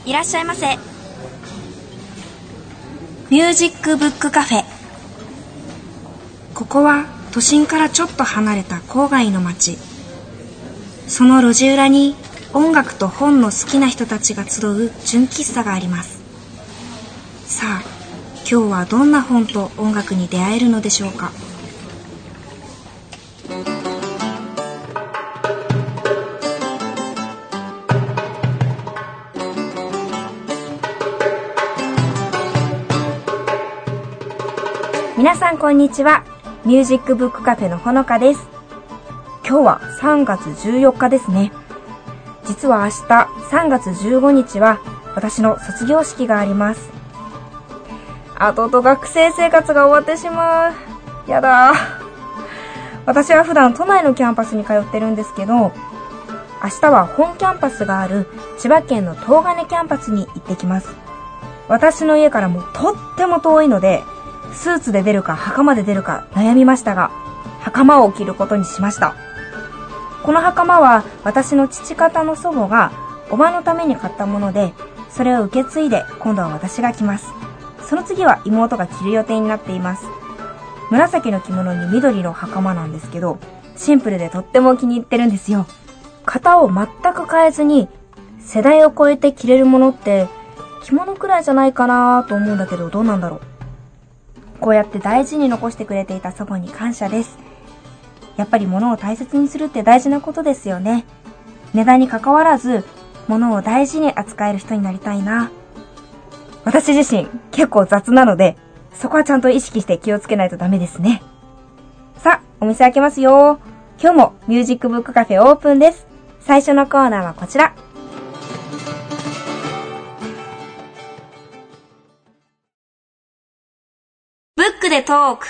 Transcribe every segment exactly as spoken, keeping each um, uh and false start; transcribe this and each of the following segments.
いらっしゃいませ。ミュージックブックカフェ。ここは都心からちょっと離れた郊外の町。その路地裏に音楽と本の好きな人たちが集う純喫茶があります。さあ、今日はどんな本と音楽に出会えるのでしょうか。皆さんこんにちは。ミュージックブックカフェのほのかです。今日はさんがつじゅうよっかですね。実は明日さんがつじゅうごにちは私の卒業式があります。あとと学生生活が終わってしまう。やだ。私は普段都内のキャンパスに通ってるんですけど、明日は本キャンパスがある千葉県の東金キャンパスに行ってきます。私の家からもとっても遠いので、スーツで出るか袴で出るか悩みましたが、袴を着ることにしました。この袴は私の父方の祖母がおばのために買ったもので、それを受け継いで今度は私が着ます。その次は妹が着る予定になっています。紫の着物に緑の袴なんですけど、シンプルでとっても気に入ってるんですよ。型を全く変えずに世代を超えて着れるものって着物くらいじゃないかなと思うんだけど、どうなんだろう。こうやって大事に残してくれていた祖母に感謝です。やっぱり物を大切にするって大事なことですよね。値段に関わらず物を大事に扱える人になりたいな。私自身結構雑なので、そこはちゃんと意識して気をつけないとダメですね。さあ、お店開けますよ。今日もミュージックブックカフェオープンです。最初のコーナーはこちら。ブックでトーク。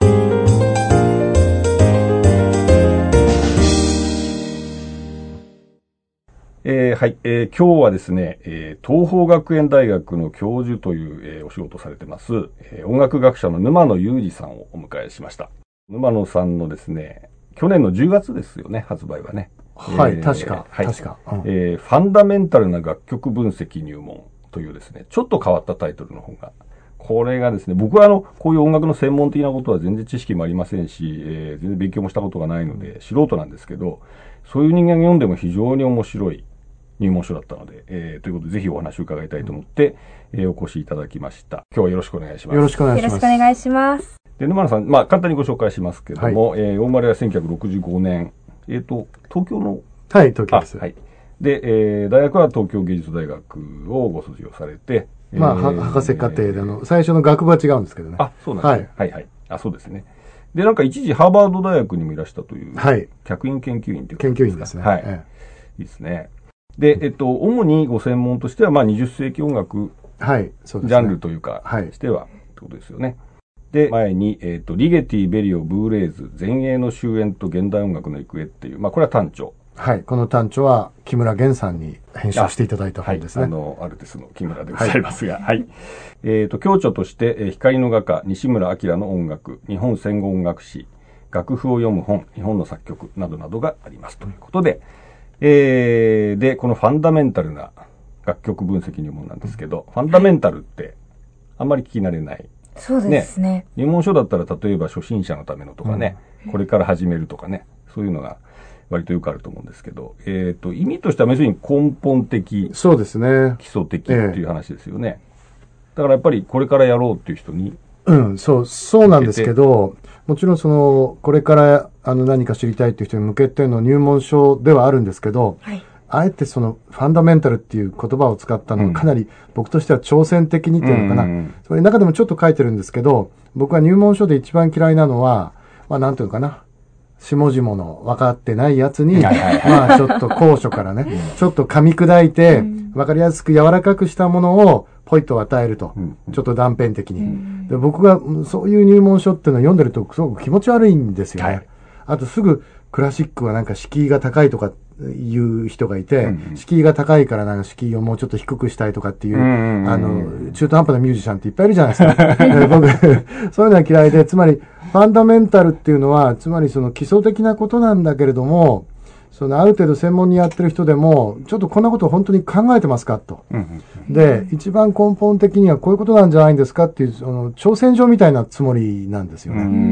えー、はい、えー、今日はですね、えー、東邦学園大学の教授という、えー、お仕事されてます、えー、音楽学者の沼野裕二さんをお迎えしました。沼野さんのですね、去年のじゅうがつですよね、発売はね。 はい、 えー、 確か、 はい、 確か、うんえー。ファンダメンタルな楽曲分析入門というですね、ちょっと変わったタイトルの本が、これがですね、僕はあの、こういう音楽の専門的なことは全然知識もありませんし、えー、全然勉強もしたことがないので、素人なんですけど、そういう人間が読んでも非常に面白い入門書だったので、えー、ということでぜひお話を伺いたいと思って、えー、お越しいただきました。今日はよろしくお願いします。 よろしくお願いします。 よろしくお願いします。 で、沼野さん、まあ簡単にご紹介しますけども、はい、えー、お生まれはせんきゅうひゃくろくじゅうごねん、えっと、東京の、 はい、東京です。 はい。で、えー、大学は東京芸術大学をご卒業されて、 まあ、えー、博士課程で、あの、最初の学部は違うんですけどね。 あ、そうなんですね。はい、はい、はい。あ、そうですね。で、なんか一時ハーバード大学にもいらしたという、はい。客員研究員という研究員ですね。 はい。ええ、いいですね。で、えっと、主にご専門としては、まあ、にじゅっせいき音楽、はい、そうですね。ジャンルというか、はい。しては、ってことですよね。で、前に、えっと、リゲティ、ベリオ、ブーレーズ、前衛の終焉と現代音楽の行方っていう、まあ、これは短調。 はい。この短調は木村源さんに編集していただいた本ですね。 はい。あの、アルティスの木村でございますが、はい。はい、えっと、共著として、えー、光の画家、西村明の音楽、日本戦後音楽史、楽譜を読む本、日本の作曲などなどがありますということで、えー、で、このファンダメンタルな楽曲分析入門なんですけど、ファンダメンタルってあんまり聞き慣れない。 そうですね。 ね、入門書だったら例えば初心者のためのとかね、うん、これから始めるとかね、そういうのが割とよくあると思うんですけど、えっと、意味としては要するに根本的、 そうですね。 基礎的っていう話ですよね。ええ、だからやっぱりこれからやろうっていう人に、 うん、そう、そうなんですけど、もちろんその、これからあの何か知りたいっていう人に向けての入門書ではあるんですけど、はい、あえてそのファンダメンタルっていう言葉を使ったのはかなり僕としては挑戦的にっていうのかな。うん、それ中でもちょっと書いてるんですけど、僕は入門書で一番嫌いなのは、まあなんていうのかな。下々の分かってないやつに、まあちょっと高所からね、ちょっと噛み砕いて、分かりやすく柔らかくしたものをポイッと与えると。ちょっと断片的に。で僕がそういう入門書っていうのを読んでるとすごく気持ち悪いんですよね。はい、あとすぐクラシックはなんか敷居が高いとかいう人がいて、うんうん、敷居が高いからなんか敷居をもうちょっと低くしたいとかっていう、うんうんうん、あの、中途半端なミュージシャンっていっぱいいるじゃないですか。僕、そういうのは嫌いで、つまり、ファンダメンタルっていうのは、つまりその基礎的なことなんだけれども、 そのある程度専門にやってる人でも、ちょっとこんなことを本当に考えてますかと。うんうん、で、一番根本的にはこういうことなんじゃないんですかっていう、その挑戦状みたいなつもりなんですよね。うんうん、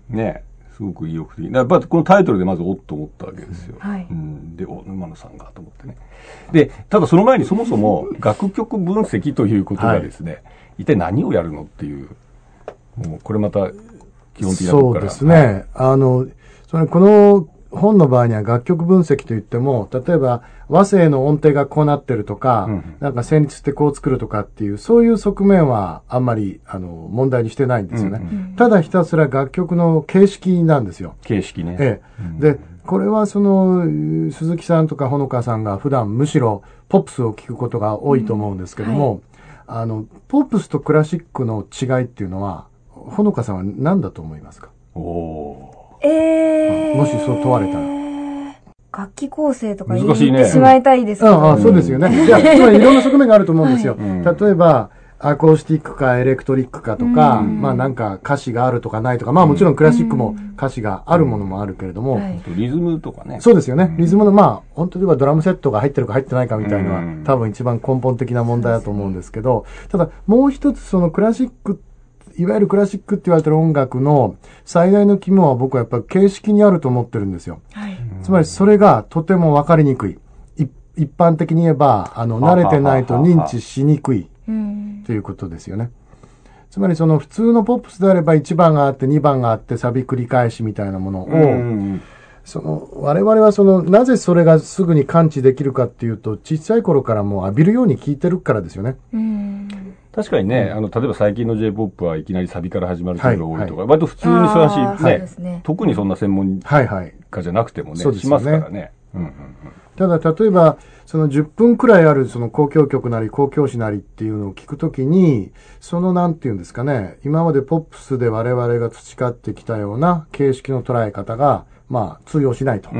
ねすごく意欲的。やっぱこのタイトルでまずおっと思ったわけですよ。はい、うん、で、お、沼野さんがと思ってね。で、ただその前にそもそも楽曲分析ということがですね、はい、一体何をやるのっていう、もうこれまた基本的なところから。 そうですね。はい、あの、それこの本の場合には楽曲分析といっても、例えば和声の音程がこうなってるとか、うん、なんか旋律ってこう作るとかっていう、そういう側面はあんまりあの問題にしてないんですよね。うんうん、ただひたすら楽曲の形式なんですよ。 形式ね。 ええ。うん、で、これはその鈴木さんとかほのかさんが普段むしろポップスを聴くことが多いと思うんですけども、うんはい、あのポップスとクラシックの違いっていうのはほのかさんは何だと思いますか？ おーえー、 もしそう問われたら。 楽器構成とか言ってしまいたいですけど、ね。 ああ、そうですよね。いや、つまりいろんな側面があると思うんですよ。はい、例えば、アコースティックかエレクトリックかとか、うん、まあなんか歌詞があるとかないとか、まあもちろんクラシックも歌詞があるものもあるけれども。うんはい、 リズムとかね。 そうですよね。リズムの、まあ本当にはドラムセットが入ってるか入ってないかみたいなのは、うん、多分一番根本的な問題だと思うんですけど、ただもう一つそのクラシックいわゆるクラシックって言われてる音楽の最大の肝は僕はやっぱり形式にあると思ってるんですよ。はい、つまりそれがとても分かりにくい。一般的に言えば、あの、慣れてないと認知しにくいということですよね。つまりその普通のポップスであればいちばんがあってにばんがあってサビ繰り返しみたいなものを、その我々はそのなぜそれがすぐに感知できるかっていうと小さい頃からもう浴びるように聴いてるからですよね。 うん確かにね、うん、あの例えば最近の J-ポップ はいきなりサビから始まる曲が多いとか、はいはい、割と普通にそうだし、ねね、特にそんな専門家じゃなくてもね、はいはい、しますからね。うんうんうん、 ただ例えばそのじゅっぷんくらいあるその交響曲なり交響詩なりっていうのを聞くときに、そのなんていうんですかね、今までポップスで我々が培ってきたような形式の捉え方がまあ通用しないと、うん、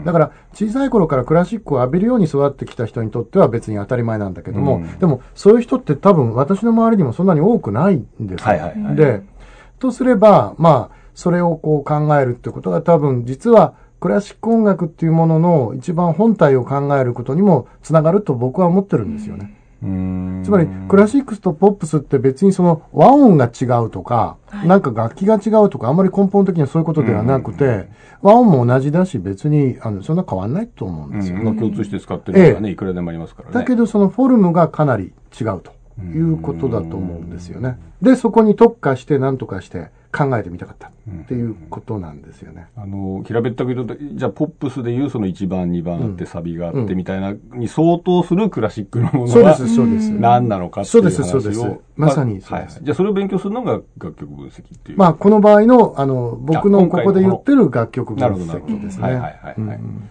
だから小さい頃からクラシックを浴びるように育ってきた人にとっては別に当たり前なんだけども、うん、でもそういう人って多分私の周りにもそんなに多くないんですよ、はいはいはい、でとすればまあそれをこう考えるってことが多分実はクラシック音楽っていうものの一番本体を考えることにもつながると僕は思ってるんですよね。うーんつまりクラシックスとポップスって別にその和音が違うとか、はい、なんか楽器が違うとかあんまり根本的にはそういうことではなくて、和音も同じだし別にあのそんな変わんないと思うんですよね。 うん、共通して使ってるのがね、ええ、いくらでもありますからね。 だけどそのフォルムがかなり違うということだと思うんですよね。で、そこに特化して何とかして考えてみたかったっていうことなんですよね。 うん、あの、平べったく言うと、じゃあポップスでいうそのいちばん、にばんあってサビがあってみたいなに相当するクラシックのものは何なのかっていう話を。 そうです、そうです。まさにそうです。 はい、じゃあそれを勉強するのが楽曲分析っていう。 まあこの場合の、あの、僕のここで言ってる楽曲分析ですね。はいはいはい、はいうん。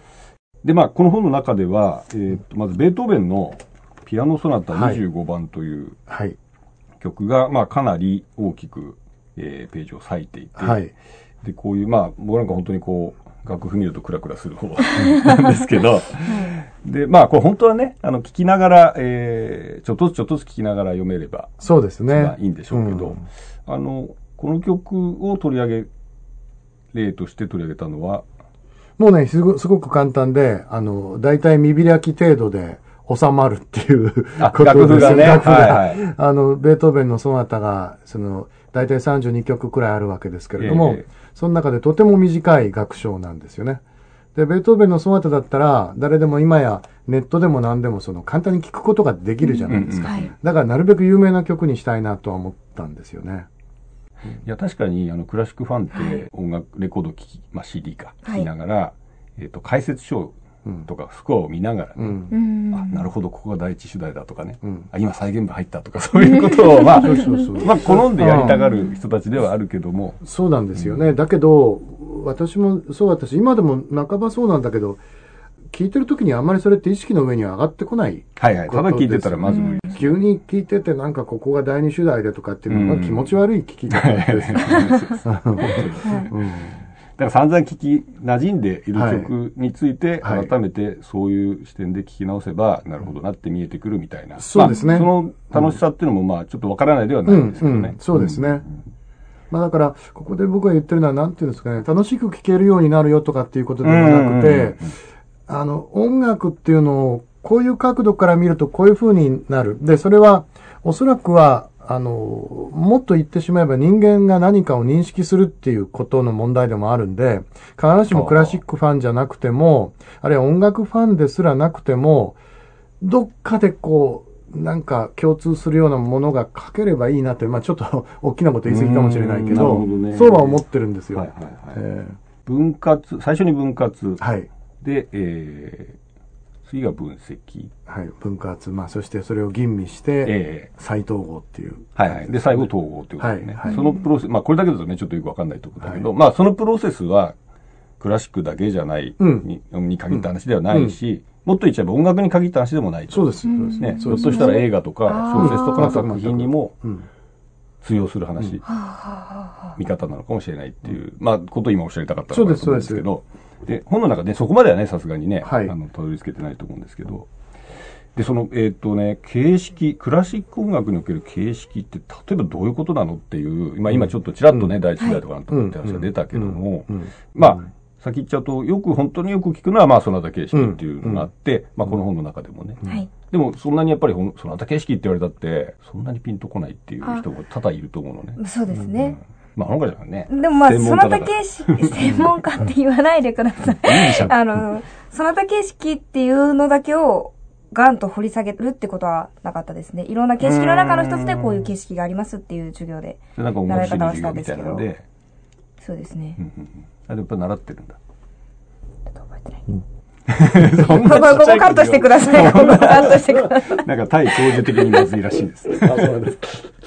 で、まあこの本の中では、えー、とまずベートーベンのピアノソナタにじゅうごばんという曲が、まあかなり大きくえー、ページを割いていて、はい、でこういうまあ僕なんか本当にこう楽譜見るとクラクラする方なんですけど、はい、でまあこれ本当はねあの聞きながら、えー、ちょっとずつちょっとずつ聞きながら読めればそうですね、 まあ、いいんでしょうけど、うん、あのこの曲を取り上げ例として取り上げたのはもうねすご、すごく簡単であのだいたい見開き程度で収まるっていうことです。 楽譜がね、 楽譜が、はいはい、あのベートーベンのソナタがそのだいたいさんじゅうにきょくくらいあるわけですけれども、えー、その中でとても短い楽章なんですよね。で、ベートーベンのソナタだったら、誰でも今やネットでも何でもその簡単に聴くことができるじゃないですか。うんうんはい、だからなるべく有名な曲にしたいなとは思ったんですよね。 いや、確かにあのクラシックファンって音楽、レコード聴き、まあ シーディー か、聴きながら、はい、えっと、解説書とかスコアを見ながら、ねうん、あなるほどここが第一主題だとかね、うん、あ今再現部入ったとかそういうことをまあまあ好んでやりたがる人たちではあるけどもそうなんですよね、うん、だけど私もそう私今でも半ばそうなんだけど聞いてる時にあんまりそれって意識の上には上がってこないはいはいただ聞いてたらまず無理です、 急に聞いててなんかここが第二主題でとかっていうのが気持ち悪い聞き方です、 うんだから散々聞き馴染んでいる曲について改めてそういう視点で聞き直せばなるほどなって見えてくるみたいな、 そうですね、 まあ、その楽しさっていうのもまあちょっとわからないではないんですけどね、 うんうんうん、そうですね、 まあだから、ここで僕が言ってるのは、なんていうんですかね、楽しく聴けるようになるよとかっていうことではなくて、あの、音楽っていうのを、こういう角度から見るとこういう風になる。で、それは、おそらくは、あの、もっと言ってしまえば人間が何かを認識するっていうことの問題でもあるんで、必ずしもクラシックファンじゃなくても、あるいは音楽ファンですらなくても、どっかでこう、なんか共通するようなものが書ければいいなって、まあちょっと大きなこと言い過ぎかもしれないけど、ね、そうは思ってるんですよ。はいはいはいえー、分割、最初に分割。 はい。 で、えー、次が分析。 はい、分割。まあそしてそれを吟味して、えー、再統合っていう。 はいはい。で、最後統合っていうことですね。はいはい、そのプロセス、まあこれだけだとね、ちょっとよくわかんないところだけど、はい、まあそのプロセスは、クラシックだけじゃないに、うん、に限った話ではないし、うんもっと言っちゃえば音楽に限った話でもない。 そうです。そうですね。ひょっとしたら映画とか小説とかの作品にも通用する話、うん、見方なのかもしれないっていう、まあ、ことを今おっしゃりたかったのかと思うんですけど、で、本の中でそこまではね、さすがにね、はい、あの、たどり着けてないと思うんですけど、で、その、えっとね、形式、クラシック音楽における形式って、例えばどういうことなのっていう、まあ今ちょっとちらっとね、第一世代とかなんとかって話が出たけども、まあ、先言っちゃうと、よく、本当によく聞くのは、まあ、そなた形式っていうのがあって、うん、まあ、この本の中でもね。うん、でも、そんなにやっぱり、そなた形式って言われたって、そんなにピンとこないっていう人が多々いると思うのね。 そうですね。うん、 まあ、あの子じゃね。 でもまあ、そなた形式、専門家って言わないでください。あの、そなた形式っていうのだけを、ガンと掘り下げるってことはなかったですね。いろんな形式の中の一つで、こういう形式がありますっていう授業で、習い方をしたんですけど。そうですね。 うんうんうん、あ、でもやっぱ習ってるんだ。 うん、ここカットしてください。ここカットしてください。 なんか対教授的にまずいらしいです。あ、そうです。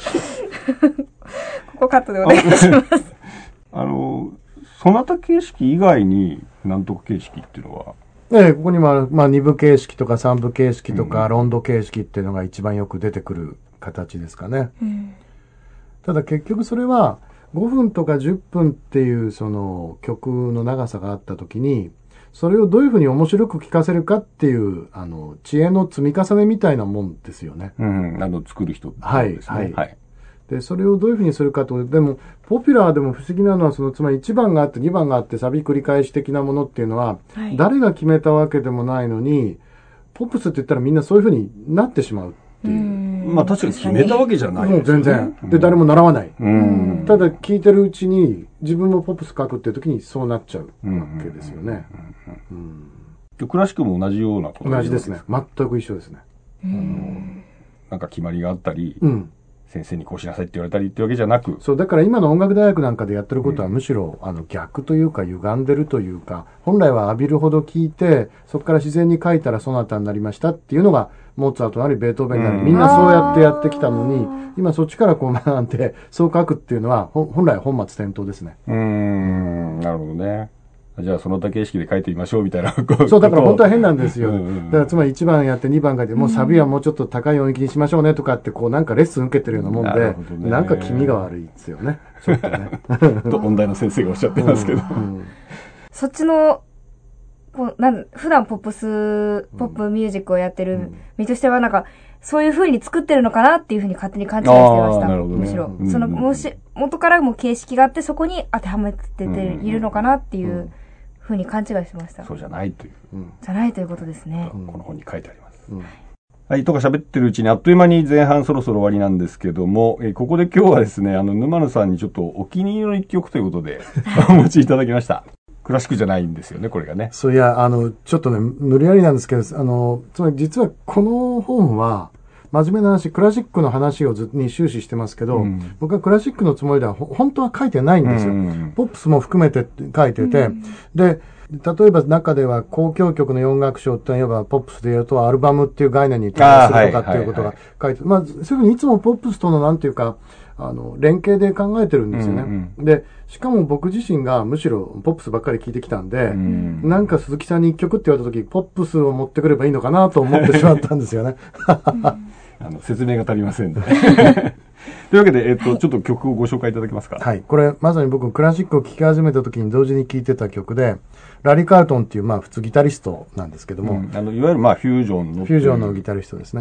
ここカットでお願いします。 あの、そなた形式以外に何とか形式っていうのはええ、ここにも、まあ、二部形式とか三部形式とか、うん、ロンド形式っていうのが一番よく出てくる形ですかね。うん、ただ結局それはごふんとかじゅっぷんっていうその曲の長さがあった時に、それをどういうふうに面白く聴かせるかっていう、あの、知恵の積み重ねみたいなもんですよね。 うん、あの、作る人、ね。 はい、はい。はい。で、それをどういうふうにするかと、でも、ポピュラーでも不思議なのは、その、つまりいちばんがあってにばんがあってサビ繰り返し的なものっていうのは、はい、誰が決めたわけでもないのに、ポップスって言ったらみんなそういうふうになってしまうっていう。 うまあ確かに決めたわけじゃない、ね。 もう全然。で、誰も習わない。うんただ聴いてるうちに、自分もポップス書くっていう時にそうなっちゃうわけですよね。 クラシックも同じようなこと同じですね。全く一緒ですね。 あのなんか決まりがあったり、うん、先生にこうしなさいって言われたりってわけじゃなく。 そう、だから今の音楽大学なんかでやってることはむしろ、うん、あの逆というか歪んでるというか、本来は浴びるほど聴いて、そこから自然に書いたらソナタになりましたっていうのが、モーツァルトなりベートーベンなり、みんなそうやってやってきたのに、今そっちからこう学んで、そう書くっていうのは、本来本末転倒ですね。 うーん、なるほどね。じゃあその他形式で書いてみましょうみたいな。 そう、だから本当は変なんですよ。うんうん、だからつまりいちばんやってにばん書いて、もうサビはもうちょっと高い音域にしましょうねとかって、こうなんかレッスン受けてるようなもんで、な, なんか気味が悪いですよね。ちょっとね。 と音大の先生がおっしゃってますけど。うんうん、 そっちの、こうなん普段ポップス、ポップミュージックをやってる身としてはなんか、そういう風に作ってるのかなっていう風に勝手に勘違いしてました。ね、むしろ。うんうん、その、もし、元からも形式があって、そこに当てはめてているのかなっていう風に勘違いしてました。 そうじゃないという。 うん、じゃないということですね。 この本に書いてあります。うん、はい、とか喋ってるうちにあっという間に前半そろそろ終わりなんですけども、えー、ここで今日はですね、あの、沼野さんにちょっとお気に入りの一曲ということで、お持ちいただきました。クラシックじゃないんですよね、これがね。 そういや、あの、ちょっとね、無理やりなんですけど、あの、つまり実はこの本は、真面目な話、クラシックの話をずっとに終始してますけど、うん、僕はクラシックのつもりでは本当は書いてないんですよ。うん、ポップスも含めて書いてて、うん、で、例えば中では交響曲のよん楽章って言えばポップスで言うとアルバムっていう概念に対応するとかっていうことが書いて、まあ、そういうふうにいつもポップスとのなんていうか、あの、連携で考えてるんですよね。うんうん、で、しかも僕自身がむしろポップスばっかり聴いてきたんで、うん、なんか鈴木さんに一曲って言われた時、ポップスを持ってくればいいのかなと思ってしまったんですよね。 あの説明が足りませんね。というわけで、えっと、ちょっと曲をご紹介いただけますか。 はい。これ、まさに僕、クラシックを聴き始めた時に同時に聴いてた曲で、ラリー・カールトンっていう、まあ、普通ギタリストなんですけども。 うん、あの、いわゆる、まあ、フュージョンの。 フュージョンのギタリストですね。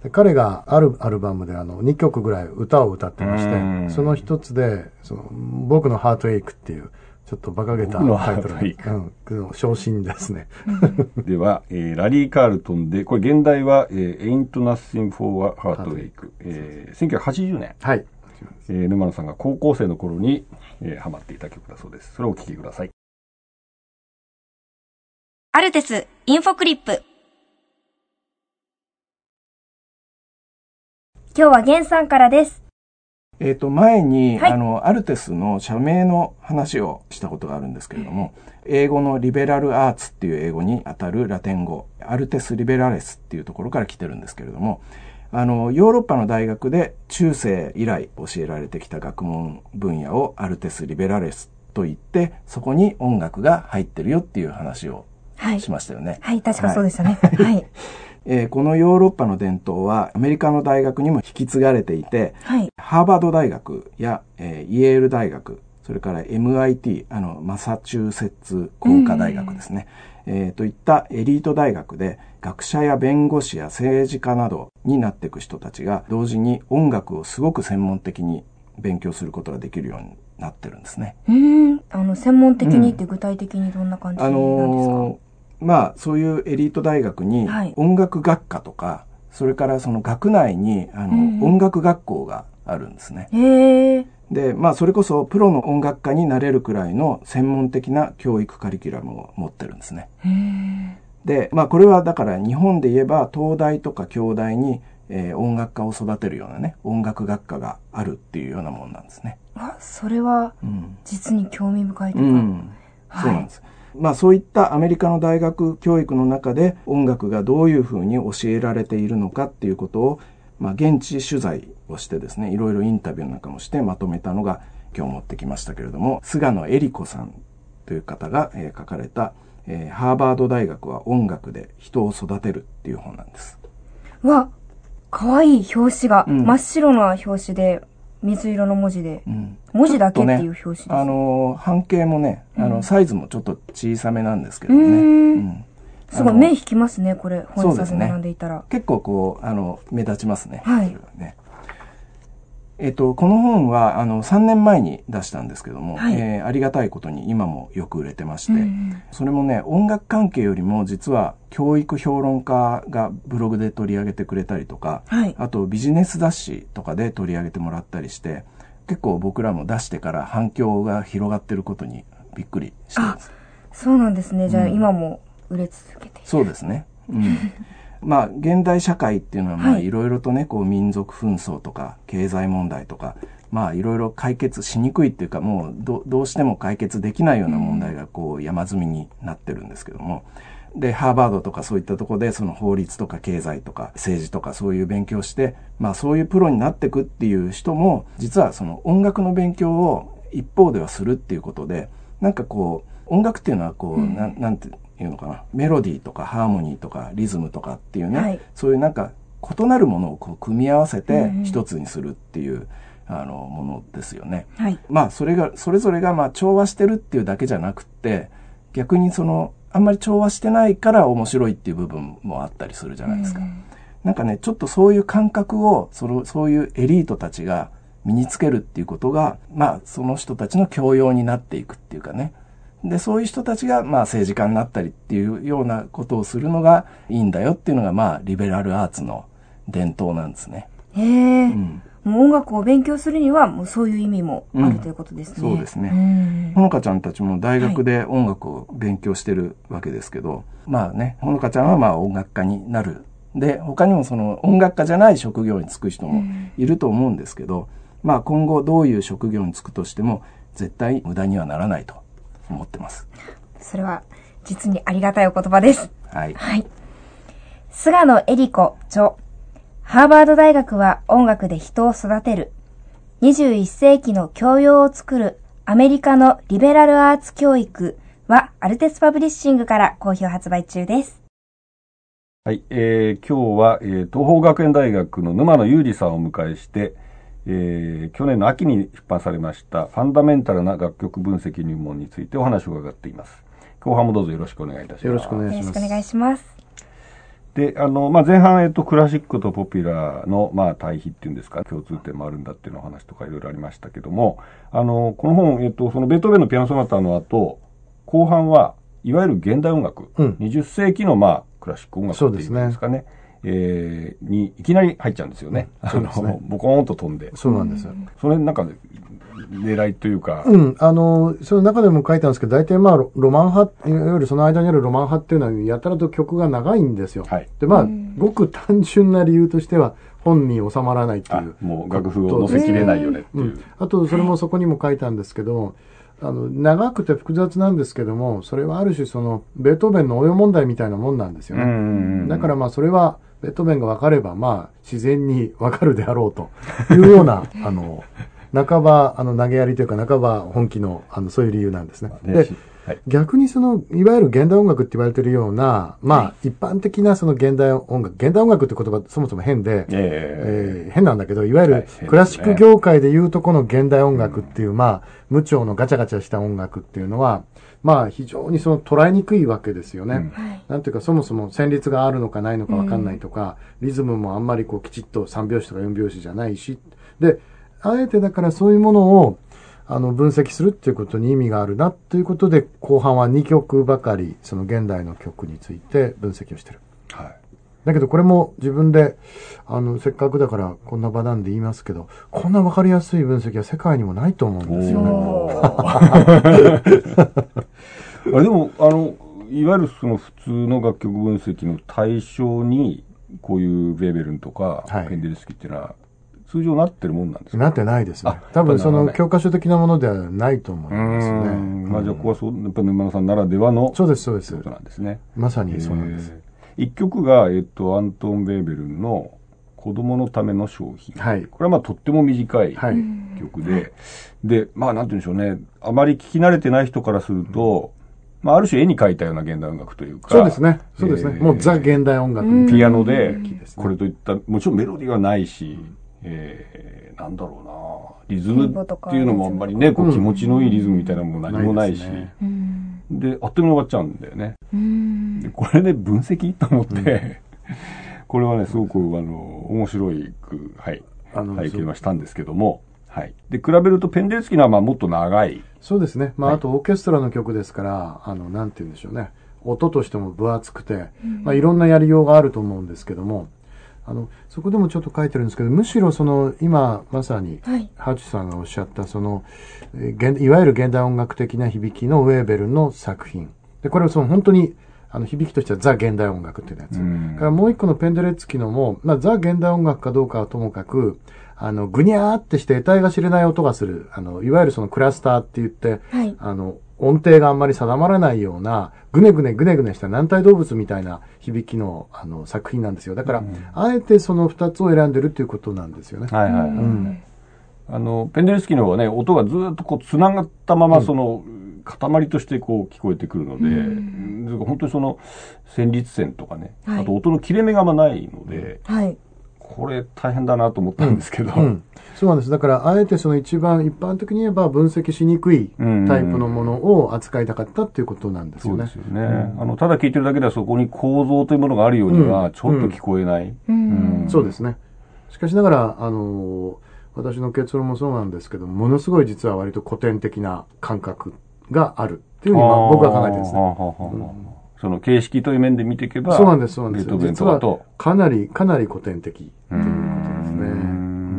で彼があるアルバムであのにきょくぐらい歌を歌ってまして、その一つでその僕のハートエイクっていうちょっと馬鹿げたタイトル、うん、昇進ですね。 では、えー、ラリー・カールトンで、これ現代は、えー、Ain't Nothing for a Heartache、えー、せんきゅうひゃくはちじゅうねん、 はい、 えー、沼野さんが高校生の頃に、えー、ハマっていた曲だそうです。それをお聴きください。 アルテスインフォクリップ。今日はゲンさんからです。 えっと、前に、 はい、 あの、アルテスの社名の話をしたことがあるんですけれども、英語のリベラルアーツっていう英語にあたるラテン語、アルテスリベラレスっていうところから来てるんですけれども、あの、ヨーロッパの大学で中世以来教えられてきた学問分野をアルテスリベラレスと言って、そこに音楽が入ってるよっていう話をしましたよね。 はい、はい、確かそうでしたね。はい。 えー、このヨーロッパの伝統はアメリカの大学にも引き継がれていて、 はい、 ハーバード大学や、えー、イエール大学、それから エムアイティー、あの、マサチューセッツ工科大学ですね、えー、といったエリート大学で学者や弁護士や政治家などになっていく人たちが同時に音楽をすごく専門的に勉強することができるようになってるんですね。 うーん、あの、専門的にって具体的にどんな感じなんですか？うん、あのーまあ、そういうエリート大学に音楽学科とか、はい、それからその学内にあの、うん、音楽学校があるんですね。 へー。 で、まあ、それこそプロの音楽家になれるくらいの専門的な教育カリキュラムを持ってるんですね。 へー。 で、まあ、これはだから日本で言えば東大とか京大に、えー、音楽家を育てるようなね、音楽学科があるっていうようなもんなんですね。 あ、それは実に興味深いとか、 うんうん、そうなんです。はい、まあそういったアメリカの大学教育の中で音楽がどういうふうに教えられているのかっていうことを、まあ現地取材をしてですね、いろいろインタビューなんかもしてまとめたのが今日持ってきましたけれども、菅野恵理子さんという方が、えー、書かれた、えー、ハーバード大学は音楽で人を育てるっていう本なんです。 わ、かわいい表紙が、うん、真っ白な表紙で、水色の文字で、うん、文字だけっていう表紙です、ね、 あの半径もね、あのサイズもちょっと小さめなんですけどね、うんうん、 すごい目引きますね、これ本冊並んでいたら、ね、 結構こうあの目立ちますね。 はい、 それはね。えっとこの本はあのさんねんまえに出したんですけども、はい、えー、ありがたいことに今もよく売れてまして、うん、それもね音楽関係よりも実は教育評論家がブログで取り上げてくれたりとか、はい、あとビジネス雑誌とかで取り上げてもらったりして、結構僕らも出してから反響が広がってることにびっくりしてます。 そうなんですね。じゃあ今も売れ続けている、うん、 そうですね。うん、まあ現代社会っていうのはまあいろいろとね、こう民族紛争とか経済問題とか、まあいろいろ解決しにくいっていうか、もう ど, どうしても解決できないような問題がこう山積みになってるんですけども、でハーバードとかそういったところでその法律とか経済とか政治とかそういう勉強して、まあそういうプロになっていくっていう人も実はその音楽の勉強を一方ではするっていうことで、なんかこう音楽っていうのはこう、うん、な, なんていうのかな、メロディーとかハーモニーとかリズムとかっていうね、はい、そういうなんか異なるものをこう組み合わせて一つにするっていう、うん、あのものですよね。 はい、 まあそれがそれぞれがまあ調和してるっていうだけじゃなくって、逆にそのあんまり調和してないから面白いっていう部分もあったりするじゃないですか。うん、なんかね、ちょっとそういう感覚をそのそういうエリートたちが身につけるっていうことが、まあその人たちの教養になっていくっていうかね。で、そういう人たちがまあ政治家になったりっていうようなことをするのがいいんだよっていうのがまあリベラルアーツの伝統なんですね。 へえ。うん、もう音楽を勉強するにはもうそういう意味もあるということですね。 うん、そうですね。ほのかちゃんたちも大学で音楽を勉強してるわけですけど、はい、まあね、ほのかちゃんはまあ音楽家になる。で、他にもその音楽家じゃない職業に就く人もいると思うんですけど、うん、まあ今後どういう職業に就くとしても絶対無駄にはならないと思ってます。 それは実にありがたいお言葉です。 はい。 はい。菅野恵理子著。ハーバード大学は音楽で人を育てる。にじゅういっせいきの教養を作るアメリカのリベラルアーツ教育はアルテスパブリッシングから好評発売中です。 はい、えー、今日は、えー、東邦学園大学の沼野裕二さんをお迎えして、えー、去年の秋に出版されましたファンダメンタルな楽曲分析入門についてお話を伺っています。後半もどうぞよろしくお願いいたします。 よろしくお願いします。 よろしくお願いします。 で、あの、まあ、前半、えっと、クラシックとポピュラーの、まあ、対比っていうんですか、共通点もあるんだっていうの話とかいろいろありましたけども、あの、この本、えっと、そのベートーベンのピアノソナタの後、後半は、いわゆる現代音楽、うん、にじゅっせいきの、まあ、クラシック音楽っていうんですかね、えー、にいきなり入っちゃうんですよね。うん、そうですね。ボコーンと飛んで。 そうなんですよ。 それ、なんか、狙いというか。 うん。あの、その中でも書いたんですけど、大体まあ、ロマン派、いわゆるその間にあるロマン派っていうのは、やたらと曲が長いんですよ。はい。で、まあ、ごく単純な理由としては、本に収まらないっていう。 もう楽譜を載せきれないよねっていう。うん、 あと、それもそこにも書いたんですけど、あの、長くて複雑なんですけども、それはある種その、ベートーベンの応用問題みたいなもんなんですよね。だからまあ、それは、ベートーベンが分かれば、まあ、自然に分かるであろうというような、あの、半ば、あの、投げやりというか、半ば本気の、あの、そういう理由なんですね。で、はい、逆にその、いわゆる現代音楽って言われているような、まあ、はい、一般的なその現代音楽、現代音楽って言葉そもそも変で、えーえー、変なんだけど、いわゆるクラシック業界で言うとこの現代音楽っていう、はい、まあ、無調のガチャガチャした音楽っていうのは、まあ、非常にその捉えにくいわけですよね。うん、なんていうか、そもそも旋律があるのかないのかわかんないとか、うん、リズムもあんまりこう、きちっとさんびょうしとかよんびょうしじゃないし、で、あえてだからそういうものを、あの、分析するっていうことに意味があるなということで、後半はにきょくばかり、その現代の曲について分析をしてる。はい。だけどこれも自分で、あの、せっかくだからこんな場なんで言いますけど、こんなわかりやすい分析は世界にもないと思うんですよね。 あれでも、あの、いわゆるその普通の楽曲分析の対象に、こういうベーベルンとか、はい、ペンデルスキーっていうのは、通常なってるもんなんですか？ なってないですね。多分その教科書的なものではないと思いますね。 まあじゃあここはそう、やっぱり沼野さんならではのそうですそうです。 ことなんですね。 まさにそうなんです。 一曲が、えっと、アントン・ベーベルンの子供のための商品。はい。これはまあとっても短い曲で、はい、で、まあなんて言うんでしょうね。あまり聞き慣れてない人からすると、まあある種絵に描いたような現代音楽というか。 そうですね。そうですね。えー、もうザ現代音楽。 ピアノで、これといった、もちろんメロディーはないし、えー、なんだろうなリズムっていうのもあんまりね、こう気持ちのいいリズムみたいなものも何もないし、うん、で、あっという間に終わっちゃうんだよね。うん、でこれで分析と思って、うん、これはね、すごく、あの、面白いく、はい、拝見はしたんですけども、はい。で、比べるとペンデルスキーのはまあもっと長い。 そうですね。まあ、はい、あとオーケストラの曲ですから、あの、なんて言うんでしょうね。音としても分厚くて、うん、まあいろんなやりようがあると思うんですけども、あの、そこでもちょっと書いてるんですけど、むしろその、今、まさに、はい、ハチさんがおっしゃった、その、えー、いわゆる現代音楽的な響きのウェーベルの作品。で、これはその本当に、あの、響きとしてはザ現代音楽っていうやつ。からもう一個のペンデレッツキのも、まあ、ザ現代音楽かどうかはともかく、あの、ぐにゃーってして得体が知れない音がする。あの、いわゆるそのクラスターって言って、はい、あの、音程があんまり定まらないような、ぐねぐねぐねぐねした軟体動物みたいな響きの、あの、作品なんですよ。だから、うん、あえてその二つを選んでるっていうことなんですよね。はいはいはい。うん、 あの、ペンデルスキーの方はね、音がずっとこう、繋がったまま、その、うん、塊としてこう、聞こえてくるので、うん、本当にその、旋律線とかね、はい、あと音の切れ目があんまないので、はい、これ大変だなと思ったんですけど、うんうん、 そうなんです。だから、あえてその一番一般的に言えば分析しにくいタイプのものを扱いたかったっていうことなんですよね。 そうですよね。うん、あの、ただ聞いてるだけではそこに構造というものがあるようにはちょっと聞こえない。 うんうん、そうですね。しかしながら、あの、私の結論もそうなんですけど、ものすごい実は割と古典的な感覚があるっていうふうに僕は考えてるんですね。 その形式という面で見ていけば、 そうなんです、そうなんです。実はかなり、かなり古典的っていうことですね。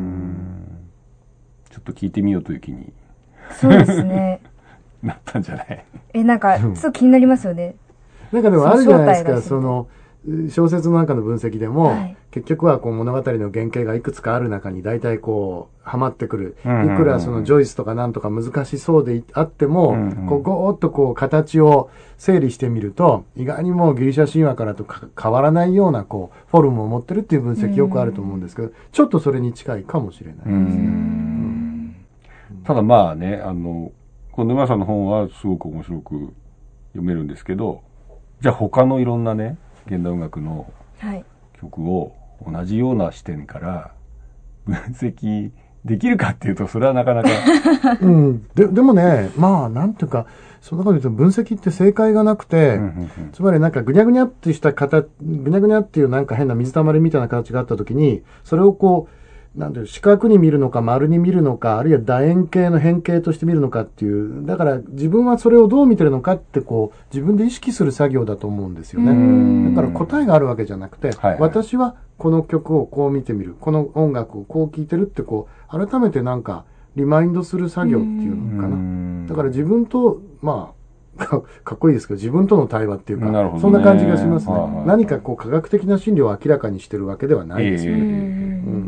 ちょっと聞いてみようという気に。 そうですね。 なったんじゃない？ え、なんか、ちょっと気になりますよね。 なんかでもあるじゃないですか、その、小説の中の分析でも、はい、結局はこう物語の原型がいくつかある中に大体こう、はまってくる。いくらそのジョイスとかなんとか難しそうであっても、うんうん、こう、ごーっとこう、形を整理してみると、意外にもうギリシャ神話からと変わらないようなこう、フォルムを持ってるっていう分析よくあると思うんですけど、ちょっとそれに近いかもしれないですね。うん、 ただまあね、あの、この沼さんの本はすごく面白く読めるんですけど、じゃあ他のいろんなね、現代音楽の曲を同じような視点から分析できるかっていうと、それはなかなか。 うん。で、でもね、まあ、なんていうか、 その中で言うと分析って正解がなくて、うんうんうん、つまりなんかぐにゃぐにゃってした形、ぐにゃぐにゃっていうなんか変な水たまりみたいな形があったときに、それをこう、なんていう四角に見るのか丸に見るのか、あるいは楕円形の変形として見るのかっていう、だから自分はそれをどう見てるのかってこう、自分で意識する作業だと思うんですよね。だから答えがあるわけじゃなくて、はいはい、私はこの曲をこう見てみる、この音楽をこう聴いてるってこう、改めてなんか、リマインドする作業っていうのかな。だから自分と、まあ、か, かっこいいですけど、自分との対話っていうか、ね、そんな感じがしますね。はいはい、何かこう科学的な真理を明らかにしてるわけではないですよね。えーうん、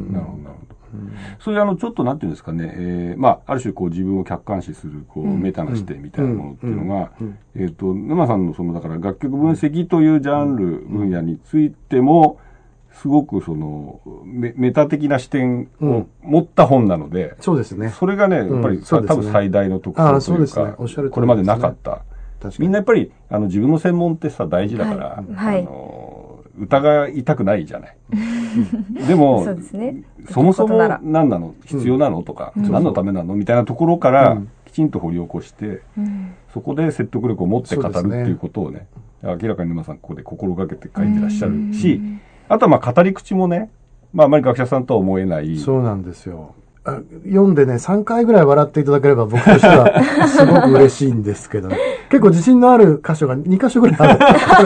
なるほど、なるほど。そういうあの、ちょっとなんていうんですかね、えー、まあ、ある種こう自分を客観視する、こう、メタな視点みたいなものっていうのが、えっと、沼さんのその、だから楽曲分析というジャンル、分野についても、すごくそのメ、メタ的な視点を持った本なので、うん、そうですね。それがね、やっぱり、うんね、多分最大の特徴というか、ね、おっしゃる通りですね、これまでなかった。みんなやっぱり、あの、自分の専門ってさ、大事だから、はい、あの、疑いたくないじゃない。でも、そうですね、そもそも何なの、必要なのとか、うん、何のためなのみたいなところから、うん、きちんと掘り起こして、うん、そこで説得力を持って語るっていうことをね、明らかに沼さんここで心がけて書いてらっしゃるし、うんあとはまあ語り口もね、まああまり学者さんとは思えない。 そうなんですよ。あ読んでね、さんかいぐらい笑っていただければ僕としてはすごく嬉しいんですけどね。結構自信のある箇所がにかしょぐらいある。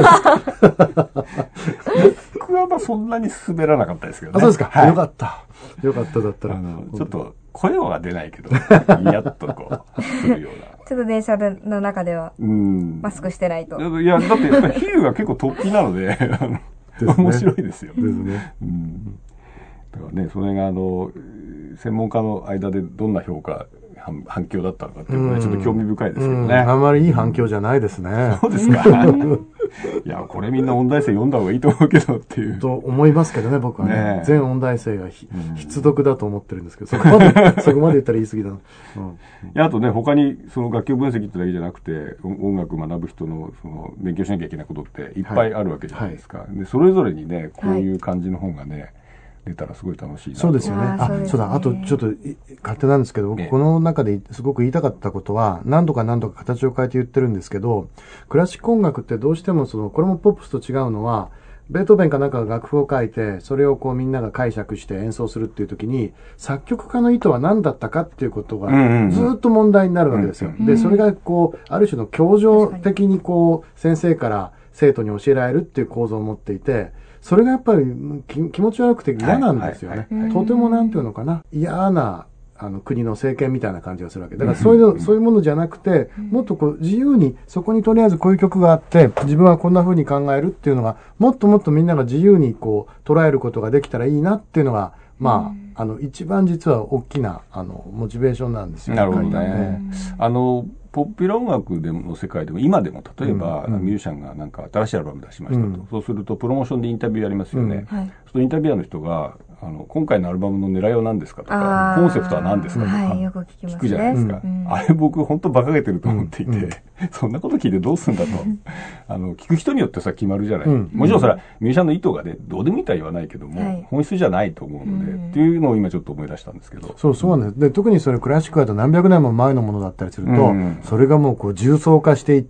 僕はまあそんなに滑らなかったですけどね。 あ、そうですか。 はい、 よかった。よかっただったら。あの、ちょっと声は出ないけど、やっとこう、するような。 ちょっと電車の中では、マスクしてないと。 いや、だってやっぱり比喩が結構突飛なので、面白いですよ。ですね。うん。だからね、それがあの、専門家の間でどんな評価、反, 反響だったのかっていうのは、ね、ちょっと興味深いですけどね。 あんまりいい反響じゃないですね。 そうですか。いや、これみんな音大生読んだ方がいいと思うけどっていう。 と思いますけどね、僕はね。ね全音大生がひ、うん、必読だと思ってるんですけど、そこまで、そこまで言ったら言い過ぎだな。うん、いや、あとね、他にその楽曲分析ってだけじゃなくて、音楽学ぶ人のその勉強しなきゃいけないことっていっぱいあるわけじゃないですか。はいはい、でそれぞれにね、こういう感じの本がね、はい出たらすごい楽しいな。 そうですよね。あ、そうね、そうだ。あとちょっと勝手なんですけど、僕この中ですごく言いたかったことは、何度か何度か形を変えて言ってるんですけど、クラシック音楽ってどうしてもその、これもポップスと違うのは、ベートーベンかなんかが楽譜を書いて、それをこうみんなが解釈して演奏するっていう時に、作曲家の意図は何だったかっていうことが、ずっと問題になるわけですよ。で、それがこう、ある種の教条的にこう、先生から生徒に教えられるっていう構造を持っていて、それがやっぱり気持ち悪くて嫌なんですよね。とてもなんていうのかな、嫌なあの国の政権みたいな感じがするわけ。だからそういうの、そういうものじゃなくて、もっとこう自由に、そこにとりあえずこういう曲があって、自分はこんな風に考えるっていうのが、もっともっとみんなが自由にこう捉えることができたらいいなっていうのが、まあ、あの、一番実は大きな、あの、モチベーションなんですよね。 なるほどね。あの、ポピュラー音楽でもの世界でも今でも例えば、うんうん、ミュージシャンがなんか新しいアルバム出しましたと、うん、そうするとプロモーションでインタビューやりますよね、うんはい、そのインタビュアーの人があの今回のアルバムの狙いは何ですかとかコンセプトは何ですかとか、はい、よく聞きますね、聞くじゃないですか、うん、あれ僕本当馬鹿げてると思っていて、うんうん、そんなこと聞いてどうするんだとあの聞く人によってさ決まるじゃない、うん、もちろんそれはミュージシャンの意図がねどうでもいいとは言わないけども、はい、本質じゃないと思うので、うん、っていうのを今ちょっと思い出したんですけどそうそうなんです。で特にそれクラシックだと何百年も前のものだったりすると、うん、それがもうこう重層化していって、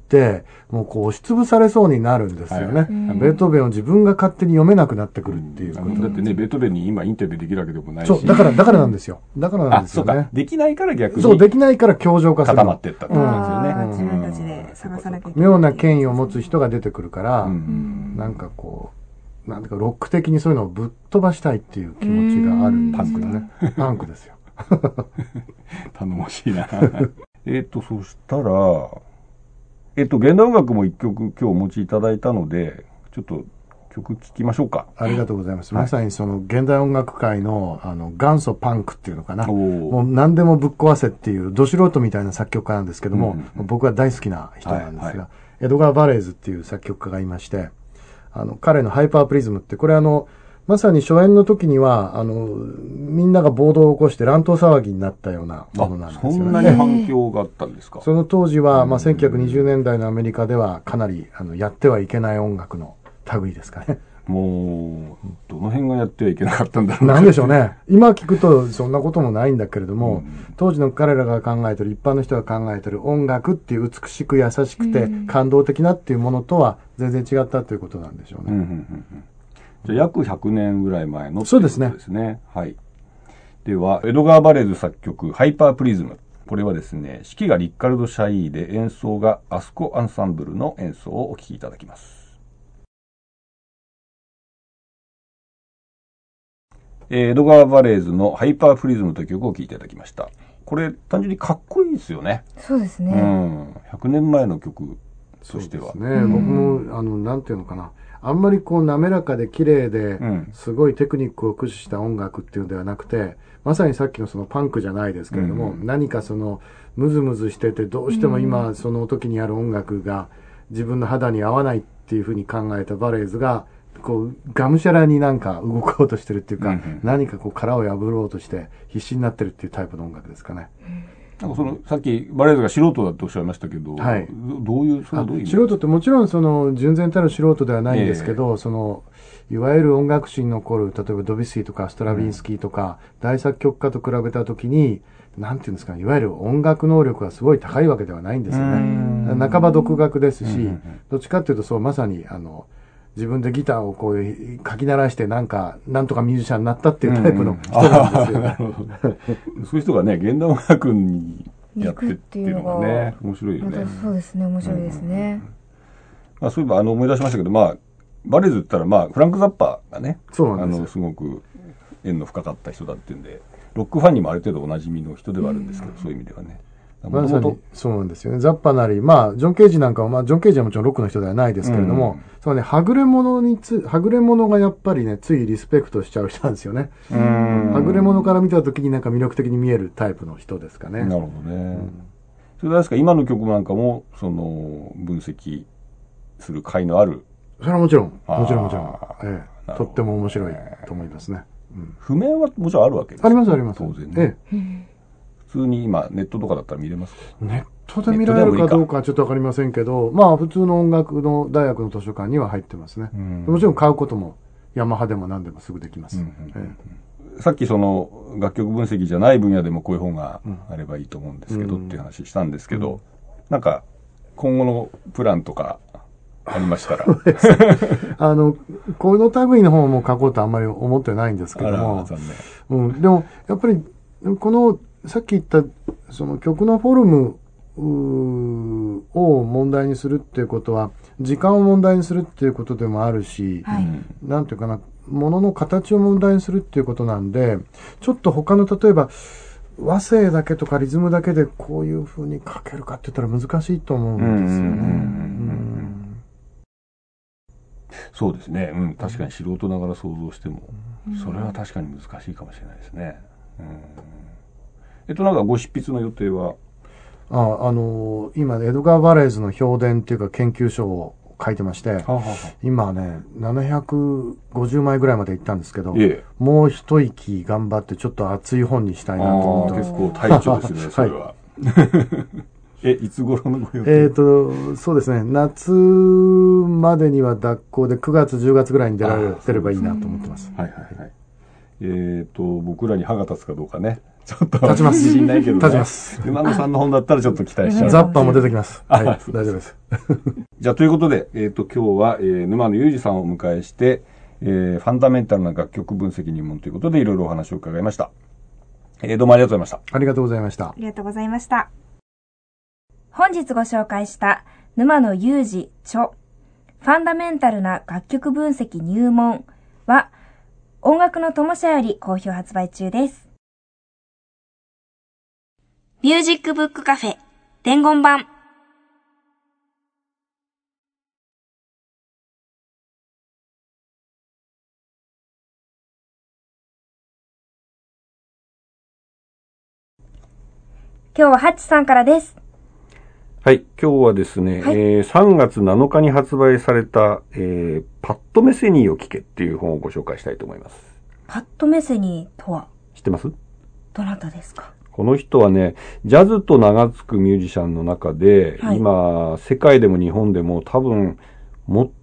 もうこう押しつぶされそうになるんですよね。はい、ベートーベンを自分が勝手に読めなくなってくるっていうこと。 だってね、ベートーベンに今インタビューできるわけでもないし。 そう、だから、だからなんですよ。だからなんですよね。 あ、そうか。できないから逆に。 そう、できないから強情化する。 固まっていったってことなんですよね。 自分たちで探さなきゃいけない。 妙な権威を持つ人が出てくるから、うん、なんかこう、なんていうかロック的にそういうのをぶっ飛ばしたいっていう気持ちがあるんですよね。パンクですよ。 頼もしいな。えっと、そしたら、えっと、現代音楽も一曲今日お持ちいただいたので、ちょっと曲聴きましょうか。 ありがとうございます。はい、まさにその現代音楽界のあの元祖パンクっていうのかな。もう何でもぶっ壊せっていうど素人みたいな作曲家なんですけども、うんうん、僕は大好きな人なんですが、はいはい、エドガー・バレーズっていう作曲家がいまして、あの、彼のハイパープリズムって、これあの、まさに初演の時には、あの、みんなが暴動を起こして乱闘騒ぎになったようなものなんですよね。 そんなに反響があったんですか？ その当時は、まあ、せんきゅうひゃくにじゅうねんだいのアメリカではかなり、あの、やってはいけない音楽の類ですかね。 もう、どの辺がやってはいけなかったんだろうなんでしょうね。今聞くとそんなこともないんだけれども、 うん、 当時の彼らが考えてる、一般の人が考えてる音楽っていう美しく優しくて感動的なっていうものとは全然違ったということなんでしょうね。 うんうんうんうん、じゃあ約ひゃくねんぐらい前のそうですね。 ですね。はい。では、エドガー・バレーズ作曲、ハイパープリズム。これはですね、指揮がリッカルド・シャイーで、演奏がアスコ・アンサンブルの演奏をお聴きいただきます。エドガー・バレーズのハイパープリズムという曲を聴いていただきました。これ、単純にかっこいいですよね。 そうですね。 うん。ひゃくねんまえの曲としては。 そうですね。僕も、あの、なんていうのかな。あんまりこう滑らかで綺麗で、すごいテクニックを駆使した音楽っていうのではなくて、まさにさっきのそのパンクじゃないですけれども、うん、何かそのムズムズしててどうしても今その時にある音楽が自分の肌に合わないっていうふうに考えたバレーズが、こうがむしゃらになんか動こうとしてるっていうか、うんうん、何かこう殻を破ろうとして必死になってるっていうタイプの音楽ですかね。 なんかそのさっきバレーズが素人だっておっしゃいましたけど、はい、どういうそれはどういう意味？ 素人ってもちろんその純然たる素人ではないんですけど、えー、そのいわゆる音楽史に残る例えばドビュッシーとかストラヴィンスキーとか、うん、大作曲家と比べたときになんていうんですかね、いわゆる音楽能力がすごい高いわけではないんですよね。半ば独学ですし、どっちかっていうとそうまさにあの自分でギターをこう書き鳴らしてなんかなんとかミュージシャンになったっていうタイプの人なんですよね。 うんうん、そういう人がね現代音楽にやってっていうのがね面白いよね。 そうですね、面白いですね。 うんまあ、そういえばあの思い出しましたけど、まあバレーズって言ったらまあフランク・ザッパーがね、 そうなんですよ。 あのすごく縁の深かった人だっていうんで、ロックファンにもある程度おなじみの人ではあるんですけど、うん、そういう意味ではね。 まさにそうなんですよね。ザッパなり、まあ、ジョン・ケージなんかは、まあ、ジョン・ケージはもちろんロックの人ではないですけれども、うん、そのね、はぐれ者につ、はぐれ者がやっぱりね、ついリスペクトしちゃう人なんですよね。はぐれ者から見たときになんか魅力的に見えるタイプの人ですかね。 なるほどね。うん、それですか、今の曲なんかも、その、分析する甲斐のある。 それはもちろん、もちろんもちろん。ええ、とっても面白いと思いますね。 うん、譜面はもちろんあるわけですか？ ありますあります。 当然ね。ええ、普通に今ネットとかだったら見れますか？ ネットで見られるかどうかはちょっとわかりませんけど、まあ普通の音楽の大学の図書館には入ってますね。うん、もちろん買うこともヤマハでも何でもすぐできます。うんうんええ、さっきその楽曲分析じゃない分野でもこういう本があればいいと思うんですけど、うん、っていう話したんですけど、うん、なんか今後のプランとかありましたらあのこの類の本も書こうとあんまり思ってないんですけども、うん、でもやっぱりこのさっき言ったその曲のフォルムを問題にするっていうことは時間を問題にするっていうことでもあるし、はい、なんていうかな、ものの形を問題にするっていうことなんで、ちょっと他の例えば和声だけとかリズムだけでこういう風に書けるかって言ったら難しいと思うんですよね。 そうですね、うん、確かに素人ながら想像しても、うん、それは確かに難しいかもしれないですね。うん、えっとなんかご執筆の予定は？ あ、あのー、今エドガー・バレーズの評伝っていうか研究書を書いてまして、ははは今ねななひゃくごじゅうまいぐらいまで行ったんですけど、ええ、もう一息頑張ってちょっと熱い本にしたいなと思ってます。 結構体調ですねそれは。はいえ、いつ頃のご予定？ えっと、そうですね。夏までには脱行でくがつ、じゅうがつぐらいに出られ、出ればいいなと思ってます。 はいはいはい。えっと、僕らに歯が立つかどうかね。ちょっと。 立ちます。 自信ないけどね。 立ちます。 馬野さんの本だったらちょっと期待しちゃう。 ザッパーも出てきます。はい。大丈夫です。 じゃあ、ということで、えっと、今日は、えー、沼野裕二さんをお迎えして、えー、ファンダメンタルな楽曲分析入門ということで、いろいろお話を伺いました。えー、どうもありがとうございました。 ありがとうございました。 ありがとうございました。本日ご紹介した沼野裕二著ファンダメンタルな楽曲分析入門は音楽の友社より好評発売中です。ミュージックブックカフェ伝言版。今日はハッチさんからです。 はい。今日はですね、はい、えー、さんがつなのかに発売された、えー、パッド・メセニーを聴けっていう本をご紹介したいと思います。 パッド・メセニーとは？ 知ってます？ どなたですか？ この人はね、ジャズと名が付くミュージシャンの中で、はい、今、世界でも日本でも多分、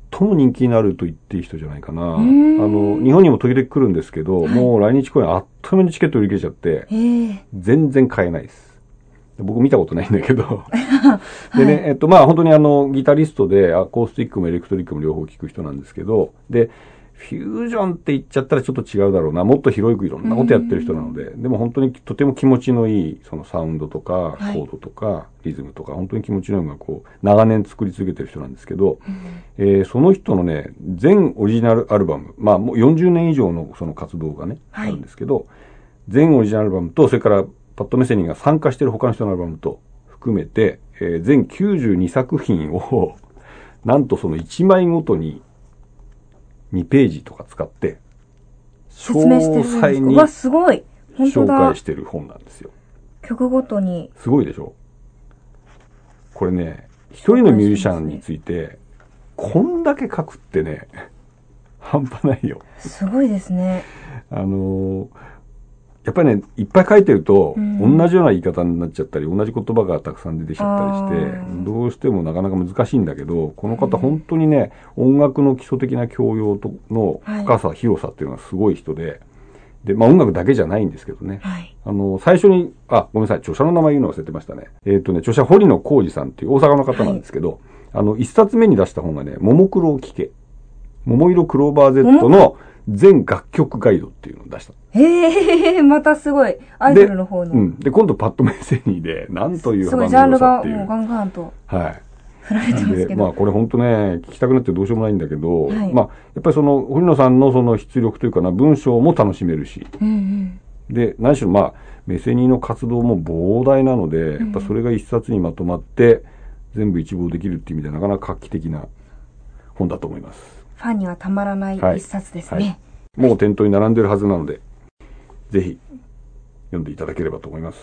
も人気になると言っていい人じゃないかな。あの、日本にも時々来るんですけど、はい、もう来日公演あっという間にチケット売り切れちゃって、全然買えないです。僕見たことないんだけど。はい、でね、えっと、まあ本当にあの、ギタリストでアコースティックもエレクトリックも両方聴く人なんですけど、で、フュージョンって言っちゃったらちょっと違うだろうな。もっと広くいろんなことやってる人なので、でも本当にとても気持ちのいいそのサウンドとか、コードとか、リズムとか、本当に気持ちのいいのがこう、長年作り続けてる人なんですけど、うん、えー、その人のね、全オリジナルアルバム、まあもうよんじゅうねん以上のその活動がね、はい、あるんですけど、全オリジナルアルバムと、それからパッド・メセニーが参加してる他の人のアルバムと含めて、えー、全きゅうじゅうにさく品を、なんとそのいちまいごとににページとか使って、 説明してるんですか？ 詳細にうわ、すごい。本当だ。 紹介してる本なんですよ。 曲ごとに。 すごいでしょ？これね、一人のミュージシャンについて、こんだけ書くってね、半端ないよ。 すごいですね。 あのー、やっぱりね、いっぱい書いてると、うん、同じような言い方になっちゃったり、同じ言葉がたくさん出てきちゃったりして、どうしてもなかなか難しいんだけど、この方、うん、本当にね、音楽の基礎的な教養との深さ、はい、広さっていうのがすごい人で、で、まあ音楽だけじゃないんですけどね。はい、あの、最初に、あ、ごめんなさい、著者の名前言うの忘れてましたね。えっとね、著者、堀野浩二さんっていう大阪の方なんですけど、はい、あの、一冊目に出した本がね、ももクロを聴け。桃色クローバー Z の全楽曲ガイドっていうのを出した。 へえ、またすごい。アイドルの方の。 うん。で、今度パッドメッセニーで、なんというすごい、ジャンルがもうガンガンと。はい。振られてますけど。 で、まあこれ本当ね、聞きたくなってどうしようもないんだけど、はい、まあ、やっぱりその、堀野さんのその出力というかな、文章も楽しめるし、うんうん、で、何しろまあ、メセニーの活動も膨大なので、やっぱそれが一冊にまとまって、全部一望できるっていう意味でなかなか画期的な本だと思います。 ファンにはたまらない一冊ですね。はいはい、 もう店頭に並んでるはずなので、ぜひ読んでいただければと思います。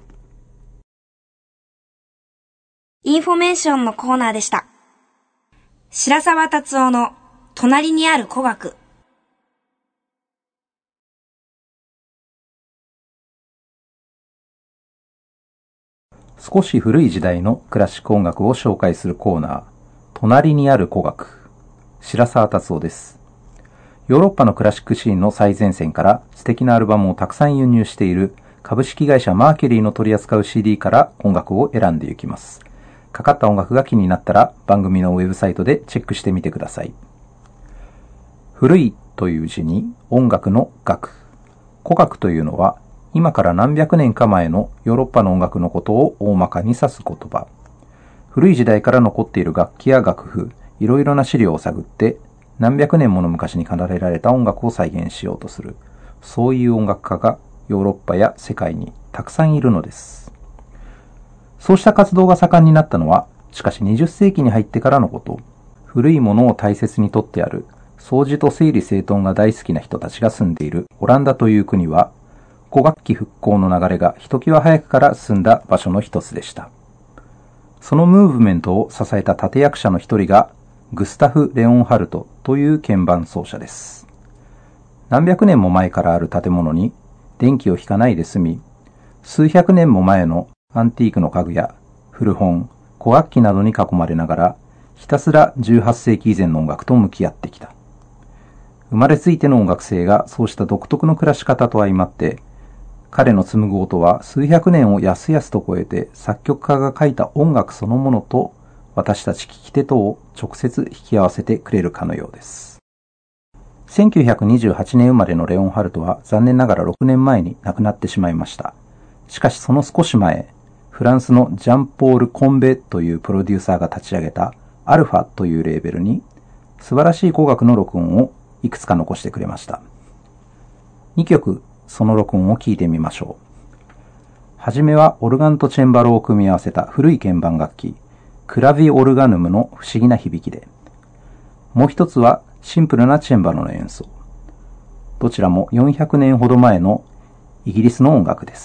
インフォメーションのコーナーでした。白沢達夫の隣にある古学。 少し古い時代のクラシック音楽を紹介するコーナー、隣にある古学。白沢達夫です。ヨーロッパのクラシックシーンの最前線から素敵なアルバムをたくさん輸入している株式会社マーキュリーの取り扱う シーディー から音楽を選んでいきます。かかった音楽が気になったら番組のウェブサイトでチェックしてみてください。古いという字に音楽の楽。古楽というのは今から何百年か前のヨーロッパの音楽のことを大まかに指す言葉。古い時代から残っている楽器や楽譜、いろいろな資料を探って何百年もの昔に奏でられた音楽を再現しようとする、そういう音楽家がヨーロッパや世界にたくさんいるのです。そうした活動が盛んになったのは、しかしにじゅっせいきに入ってからのこと。古いものを大切にとってある、掃除と整理整頓が大好きな人たちが住んでいるオランダという国は、古楽器復興の流れがひときわ早くから進んだ場所の一つでした。そのムーブメントを支えた立役者の一人が、グスタフ・レオンハルトという鍵盤奏者です。何百年も前からある建物に電気を引かないで済み、数百年も前のアンティークの家具や古本、古楽器などに囲まれながら、ひたすらじゅうはっせいき以前の音楽と向き合ってきた。生まれついての音楽性がそうした独特の暮らし方と相まって、彼の紡ぐ音は数百年をやすやすと超えて作曲家が書いた音楽そのものと私たち聴き手とを直接引き合わせてくれるかのようです。せんきゅうひゃくにじゅうはちねん生まれのレオンハルトは残念ながらろくねんまえに亡くなってしまいました。しかしその少し前、フランスのジャンポール・コンベというプロデューサーが立ち上げたアルファというレーベルに素晴らしい古楽の録音をいくつか残してくれました。にきょくその録音を聴いてみましょう。はじめはオルガンとチェンバロを組み合わせた古い鍵盤楽器、クラビオルガヌムの不思議な響きで、もう一つはシンプルなチェンバロの演奏。どちらもよんひゃくねんほど前のイギリスの音楽です。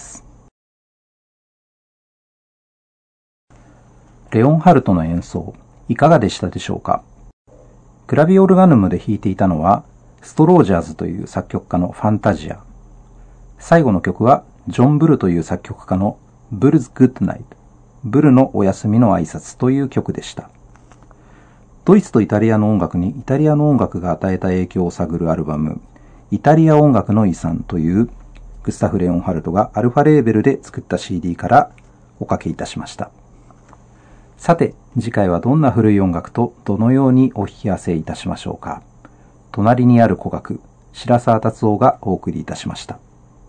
レオンハルトの演奏、いかがでしたでしょうか。クラビオルガヌムで弾いていたのは、ストロージャーズという作曲家のファンタジア。最後の曲は、ジョン・ブルという作曲家のブルズ・グッドナイト。ブルのお休みの挨拶という曲でした。 ドイツとイタリアの音楽にイタリアの音楽が与えた影響を探るアルバム、イタリア音楽の遺産というグスタフ・レオンハルトがアルファレーベルで作った シーディー からおかけいたしました。さて、次回はどんな古い音楽とどのようにお聞き合わせいたしましょうか。隣にある古楽、白澤達夫がお送りいたしました。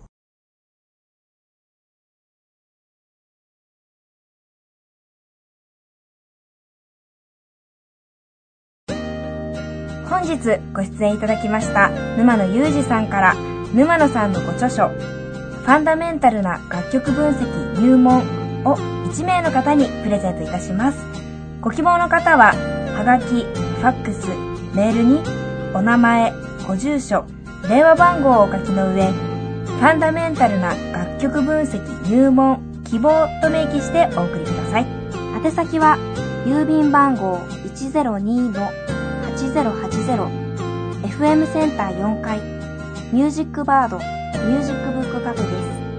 本日ご出演いただきました沼野裕二さんから沼野さんのご著書ファンダメンタルな楽曲分析入門をいち名の方にプレゼントいたします。ご希望の方ははがき、ファックス、メールにお名前、ご住所、電話番号をお書きの上、ファンダメンタルな楽曲分析入門希望と明記してお送りください。宛先は郵便番号 いちゼロにのはちゼロはちゼロ エフエム センターよんかいミュージックバードミュージックブックカフェです。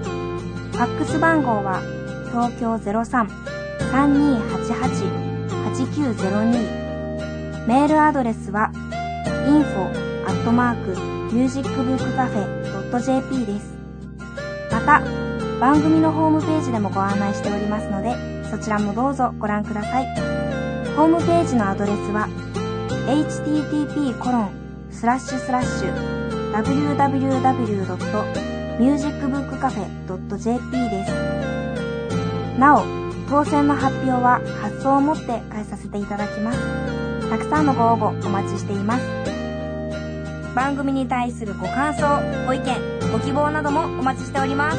ファックス番号は東京 ゼロさん さんにーはちはち はちきゅうゼロに メールアドレスは インフォ アットマーク ミュージックブックカフェ ドット ジェーピー です。また番組のホームページでもご案内しておりますので、そちらもどうぞご覧ください。ホームページのアドレスはエイチティーティーピーコロンスラッシュスラッシュダブリューダブリューダブリュードットミュージックブックカフェドットジェーピー です。なお、当選の発表は発送をもって返させていただきます。たくさんのご応募お待ちしています。番組に対するご感想、ご意見、ご希望などもお待ちしております。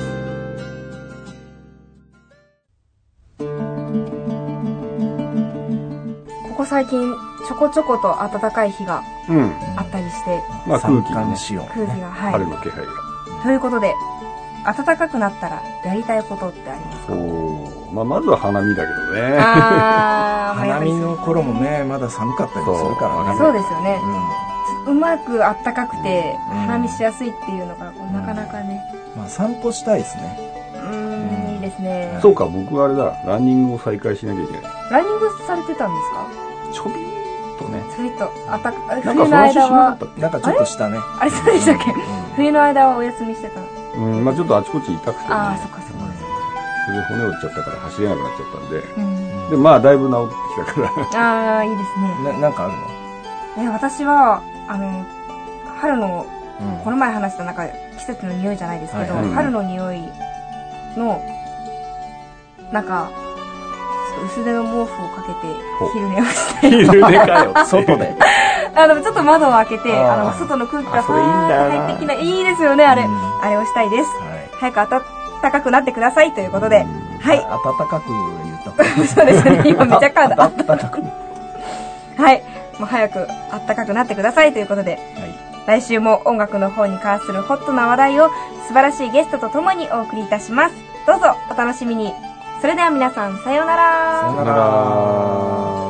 ここ最近ちょこちょこと暖かい日があったりして、 うん、まあ空気が、ね、 空気が、はい、 春の気配が。 ということで、暖かくなったらやりたいことってありますか？ おまあ、まずは花見だけどね。 あ花見の頃もね、まだ寒かったりするからね。 そうですよね。うん、うまく暖かくて、うん、花見しやすいっていうのが、こうなかなかね。 うん、まあ散歩したいですね。 うーん、うん、いいですね。 そうか、僕はあれだ、ランニングを再開しなきゃいけない。 ランニングされてたんですか？ ちょびっとね。 ちょびっと、あたか、 冬の間は、 なんかちょっとしたね。 あれ、そうでしたっけ？うん、冬の間はお休みしてた。 うん、まあちょっとあちこち痛くて、ね。 ああ、そっかそっか。 それで骨折っちゃったから走れなくなっちゃったんで。うん、で、まあだいぶ治ってきたから。 ああ、いいですね。 な、なんかあるの？ え、私は、あの、春の、うん、この前話したなんか季節の匂いじゃないですけど、はいはい、春の匂いの、なんか、薄手の毛布をかけて昼寝をして。 昼寝かよ。 外で。 あの、ちょっと窓を開けて、あの、外の空気がふわーって入ってきな、いいですよね、あれ。うん、あれをしたいです。はい、早く暖かくなってくださいということで。はい。 暖かく言ったそうですね、今めちゃか暖かく。はい。もう早く暖かくなってくださいということで。はい。来週も音楽の方に関するホットな話題を素晴らしいゲストとともにお送りいたします。どうぞお楽しみに。それでは皆さん、さようなら。 さようなら。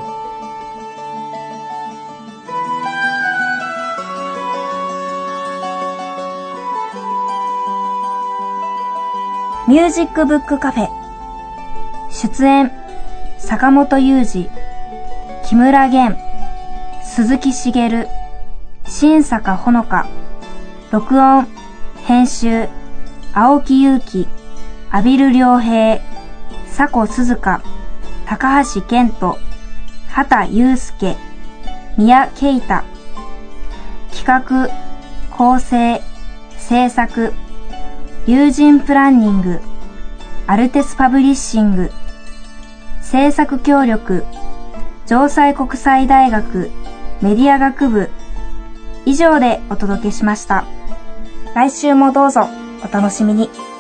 ミュージックブックカフェ。出演、坂本雄二、木村玄、鈴木茂、新坂ほのか。録音、編集、青木祐希、阿比留良平、佐古鈴香、高橋健人、畑祐介、宮慶太。企画、構成、制作、友人プランニング、アルテスパブリッシング。制作協力、城西国際大学メディア学部。以上でお届けしました。来週もどうぞお楽しみに。